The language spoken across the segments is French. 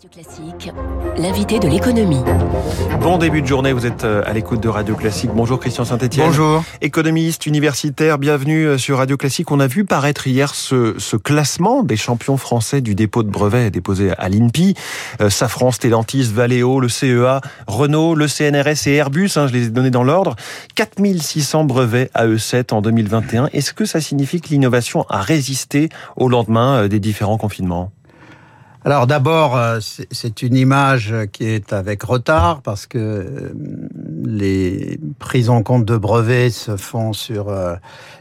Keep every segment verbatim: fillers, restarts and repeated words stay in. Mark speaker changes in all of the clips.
Speaker 1: Radio Classique, l'invité de l'économie.
Speaker 2: Bon début de journée, vous êtes à l'écoute de Radio Classique. Bonjour Christian Saint-Etienne.
Speaker 3: Bonjour.
Speaker 2: Économiste, universitaire, bienvenue sur Radio Classique. On a vu paraître hier ce, ce classement des champions français du dépôt de brevets déposé à l'I N P I. Euh, Safran, Stellantis, Valeo, le C E A, Renault, le C N R S et Airbus, hein, je les ai donnés dans l'ordre. quatre mille six cents brevets A E sept en deux mille vingt et un. Est-ce que ça signifie que l'innovation a résisté au lendemain des différents confinements ?
Speaker 3: Alors d'abord, c'est une image qui est avec retard parce que les prises en compte de brevets se font sur euh,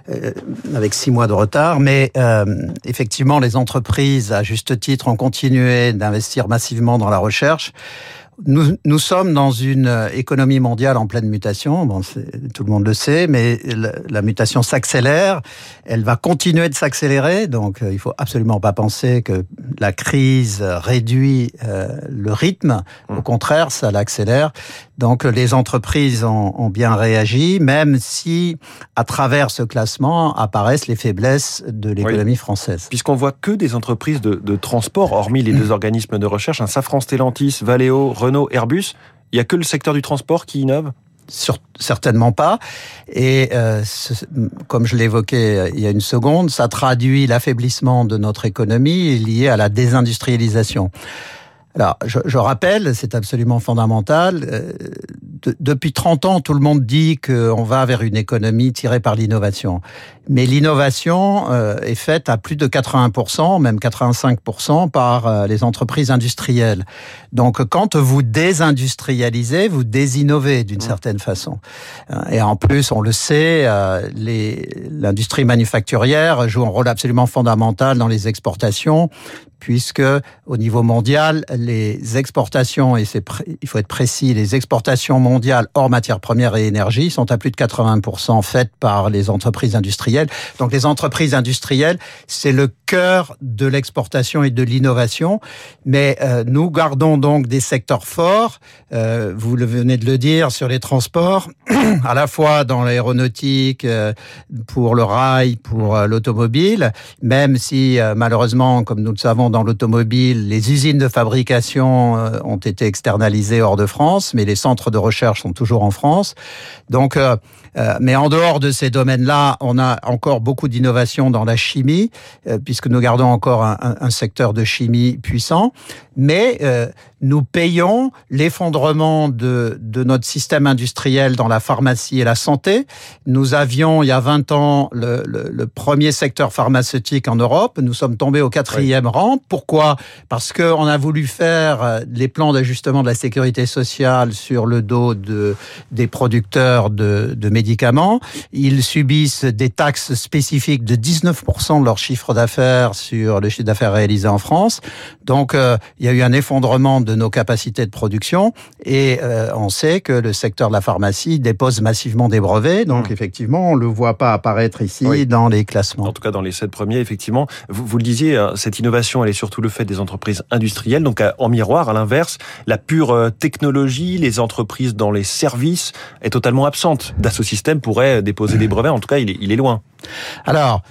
Speaker 3: avec six mois de retard. Mais euh, effectivement, les entreprises, à juste titre, ont continué d'investir massivement dans la recherche. Nous, nous sommes dans une économie mondiale en pleine mutation. Bon, c'est, tout le monde le sait, mais la, la mutation s'accélère. Elle va continuer de s'accélérer. Donc, il faut absolument pas penser que la crise réduit euh, le rythme. Au contraire, ça l'accélère. Donc, les entreprises ont, ont bien réagi, même si, à travers ce classement, apparaissent les faiblesses de l'économie oui. française.
Speaker 2: Puisqu'on voit que des entreprises de, de transport, hormis les deux organismes de recherche, un Safran, Stellantis, Valeo, Renault, Airbus, il n'y a que le secteur du transport qui innove ?
Speaker 3: Sur, certainement pas. Et euh, ce, comme je l'évoquais il y a une seconde, ça traduit l'affaiblissement de notre économie lié à la désindustrialisation. Alors, je, je rappelle, c'est absolument fondamental, euh, de, depuis trente ans, tout le monde dit qu'on va vers une économie tirée par l'innovation. Mais l'innovation euh, est faite à plus de quatre-vingts pour cent, même quatre-vingt-cinq pour cent par euh, les entreprises industrielles. Donc, quand vous désindustrialisez, vous désinnovez d'une certaine façon. Et en plus, on le sait, euh, les, l'industrie manufacturière joue un rôle absolument fondamental dans les exportations, puisque au niveau mondial, les exportations, et c'est pré- il faut être précis, les exportations mondiales hors matières premières et énergie sont à plus de quatre-vingts pour cent faites par les entreprises industrielles. Donc les entreprises industrielles, c'est le cœur de l'exportation et de l'innovation. Mais euh, nous gardons donc des secteurs forts, euh, vous le venez de le dire, sur les transports, à la fois dans l'aéronautique, euh, pour le rail, pour euh, l'automobile, même si euh, malheureusement, comme nous le savons, dans l'automobile, les usines de fabrication euh, ont été externalisées hors de France, mais les centres de recherche sont toujours en France. Donc, euh, euh, mais en dehors de ces domaines-là, on a encore beaucoup d'innovation dans la chimie, euh, puisque nous gardons encore un, un, un secteur de chimie puissant. Mais euh, nous payons l'effondrement de, de notre système industriel dans la pharmacie et la santé. Nous avions, il y a vingt ans, le, le, le premier secteur pharmaceutique en Europe. Nous sommes tombés au quatrième oui. rang. Pourquoi ? Parce qu'on a voulu faire les plans d'ajustement de la sécurité sociale sur le dos de, des producteurs de, de médicaments. Ils subissent des taxes spécifiques de dix-neuf pour cent de leur chiffre d'affaires sur le chiffre d'affaires réalisé en France. Donc, euh, il y a eu un effondrement de nos capacités de production et euh, on sait que le secteur de la pharmacie dépose massivement des brevets. Donc, mmh. effectivement, on ne le voit pas apparaître ici oui. dans les classements.
Speaker 2: En tout cas, dans les sept premiers, effectivement. Vous, vous le disiez, cette innovation, elle est surtout le fait des entreprises industrielles. Donc, en miroir, à l'inverse, la pure technologie, les entreprises dans les services est totalement absente. Dassault Systèmes pourrait déposer des brevets. En tout cas, il est, il est loin.
Speaker 3: Alors,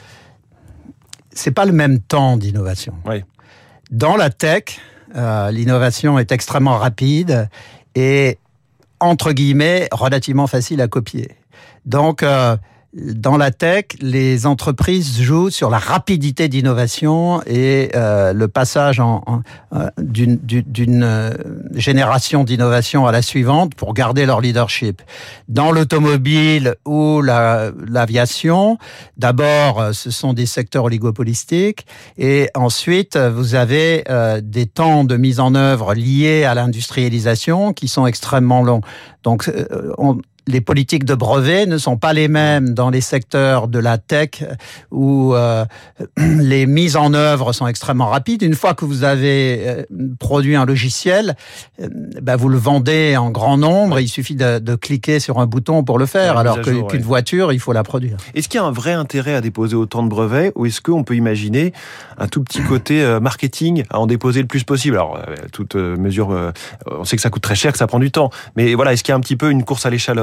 Speaker 3: c'est pas le même temps d'innovation.
Speaker 2: Oui.
Speaker 3: Dans la tech, euh, l'innovation est extrêmement rapide et, entre guillemets, relativement facile à copier. Donc, euh, dans la tech, les entreprises jouent sur la rapidité d'innovation et euh, le passage en, en, euh, d'une, d'une euh, génération d'innovation à la suivante pour garder leur leadership. Dans l'automobile ou la, l'aviation, d'abord, ce sont des secteurs oligopolistiques et ensuite, vous avez euh, des temps de mise en œuvre liés à l'industrialisation qui sont extrêmement longs. Donc, euh, on les politiques de brevets ne sont pas les mêmes dans les secteurs de la tech où euh, les mises en œuvre sont extrêmement rapides. Une fois que vous avez euh, produit un logiciel, euh, ben vous le vendez en grand nombre. Il suffit de, de cliquer sur un bouton pour le faire, alors que, jour, qu'une ouais. voiture, il faut la produire.
Speaker 2: Est-ce qu'il y a un vrai intérêt à déposer autant de brevets ou est-ce qu'on peut imaginer un tout petit côté euh, marketing à en déposer le plus possible ? Alors, euh, toute euh, mesure, euh, on sait que ça coûte très cher, que ça prend du temps. Mais voilà, est-ce qu'il y a un petit peu une course à l'échalote ?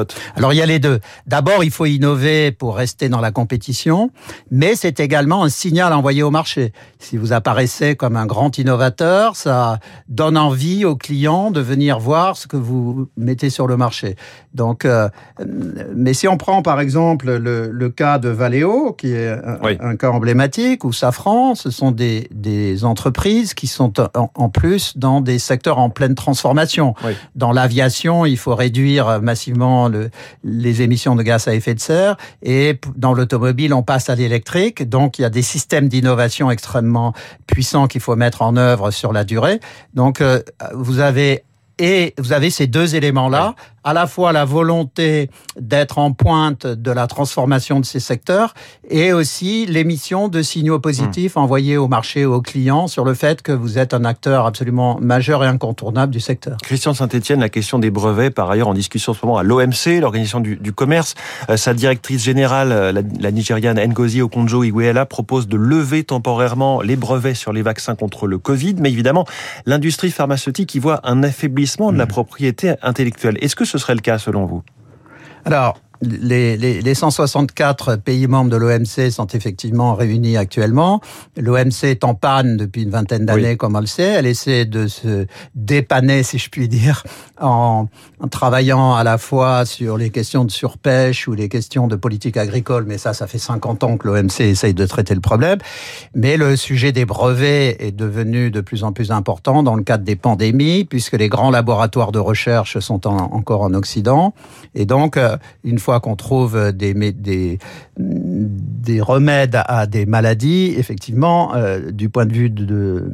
Speaker 2: pilote?
Speaker 3: Alors il y a les deux. D'abord, il faut innover pour rester dans la compétition, mais c'est également un signal envoyé au marché. Si vous apparaissez comme un grand innovateur, ça donne envie aux clients de venir voir ce que vous mettez sur le marché. Donc, euh, mais si on prend par exemple le, le cas de Valeo, qui est un, oui. un cas emblématique, ou Safran, ce sont des, des entreprises qui sont en, en plus dans des secteurs en pleine transformation. Oui. Dans l'aviation, il faut réduire massivement le, les émissions de gaz à effet de serre, et dans l'automobile, on passe à l'électrique. Donc, il y a des systèmes d'innovation extrêmement puissants qu'il faut mettre en œuvre sur la durée. Donc, euh, vous avez et vous avez ces deux éléments-là, oui. à la fois la volonté d'être en pointe de la transformation de ces secteurs et aussi l'émission de signaux positifs mmh. envoyés au marché, aux clients, sur le fait que vous êtes un acteur absolument majeur et incontournable du secteur.
Speaker 2: Christian Saint-Etienne, la question des brevets, par ailleurs en discussion en ce moment à l'O M C, l'Organisation du, du commerce. Euh, sa directrice générale, la, la Nigériane Ngozi Okonjo-Iweala, propose de lever temporairement les brevets sur les vaccins contre le Covid, mais évidemment, l'industrie pharmaceutique y voit un affaiblissement de la propriété intellectuelle. Est-ce que ce serait le cas selon vous?
Speaker 3: Alors, Les, les, les cent soixante-quatre pays membres de l'O M C sont effectivement réunis actuellement. L'O M C est en panne depuis une vingtaine d'années, oui. comme on le sait. Elle essaie de se dépanner, si je puis dire, en, en travaillant à la fois sur les questions de surpêche ou les questions de politique agricole. Mais ça, ça fait cinquante ans que l'O M C essaye de traiter le problème. Mais le sujet des brevets est devenu de plus en plus important dans le cadre des pandémies, puisque les grands laboratoires de recherche sont en, encore en Occident. Et donc, une fois qu'on trouve des, des, des remèdes à des maladies, effectivement, euh, du point de vue de,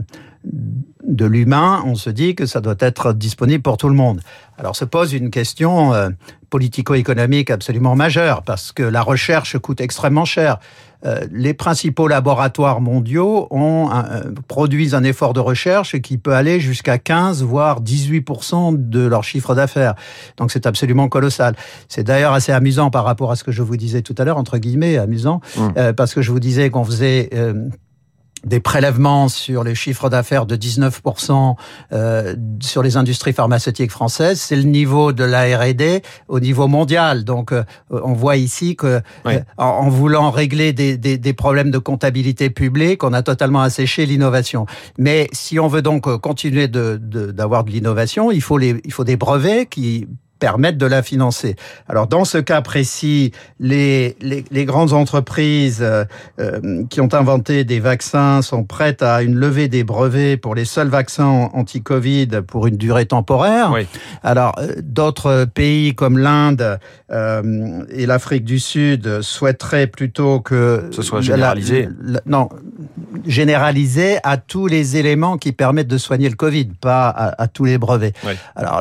Speaker 3: de l'humain, on se dit que ça doit être disponible pour tout le monde. Alors se pose une question euh, politico-économique absolument majeure, parce que la recherche coûte extrêmement cher. Euh, les principaux laboratoires mondiaux ont un, euh, produisent un effort de recherche qui peut aller jusqu'à quinze voire dix-huit pour cent de leur chiffre d'affaires. Donc c'est absolument colossal. C'est d'ailleurs assez amusant par rapport à ce que je vous disais tout à l'heure, entre guillemets, amusant, mmh. euh, parce que je vous disais qu'on faisait euh, des prélèvements sur les chiffres d'affaires de dix-neuf pour cent euh, sur les industries pharmaceutiques françaises. C'est le niveau de la R et D au niveau mondial. Donc, euh, on voit ici que, oui. euh, en, en voulant régler des, des, des problèmes de comptabilité publique, on a totalement asséché l'innovation. Mais si on veut donc continuer de, de, d'avoir de l'innovation, il faut les, il faut des brevets qui permettre de la financer. Alors dans ce cas précis, les les, les grandes entreprises euh, euh, qui ont inventé des vaccins sont prêtes à une levée des brevets pour les seuls vaccins anti-Covid pour une durée temporaire. Oui. Alors euh, d'autres pays comme l'Inde euh, et l'Afrique du Sud souhaiteraient plutôt que
Speaker 2: ce soit généralisé.
Speaker 3: La, la, non, généralisé à tous les éléments qui permettent de soigner le Covid, pas à, à tous les brevets. Oui. Alors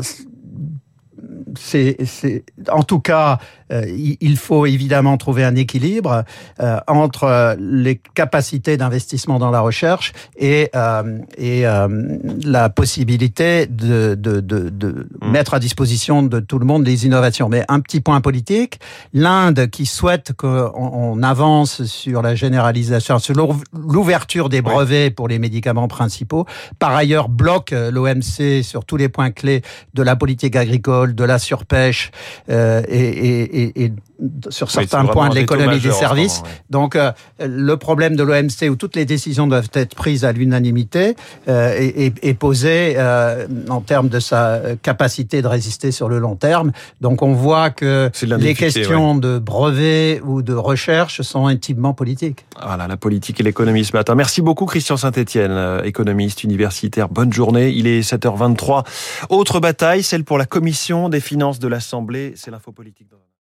Speaker 3: C'est, c'est, en tout cas, euh, il faut évidemment trouver un équilibre euh, entre les capacités d'investissement dans la recherche et, euh, et euh, la possibilité de, de, de, de mmh. mettre à disposition de tout le monde les innovations. Mais un petit point politique, l'Inde qui souhaite qu'on on avance sur la généralisation, sur l'ouverture des brevets oui. pour les médicaments principaux, par ailleurs bloque l'O M C sur tous les points clés de la politique agricole, de la surpêche euh, et, et, et sur certains oui, points de l'économie des services. Moment, oui. Donc, euh, le problème de l'O M C où toutes les décisions doivent être prises à l'unanimité euh, est, est, est posé euh, en termes de sa capacité de résister sur le long terme. Donc, on voit que les questions ouais. de brevets ou de recherche sont intimement politiques.
Speaker 2: Voilà, la politique et l'économie ce matin. Merci beaucoup Christian Saint-Etienne, économiste universitaire. Bonne journée. Il est sept heures vingt-trois. Autre bataille, celle pour la commission des finances de l'Assemblée. C'est l'info politique.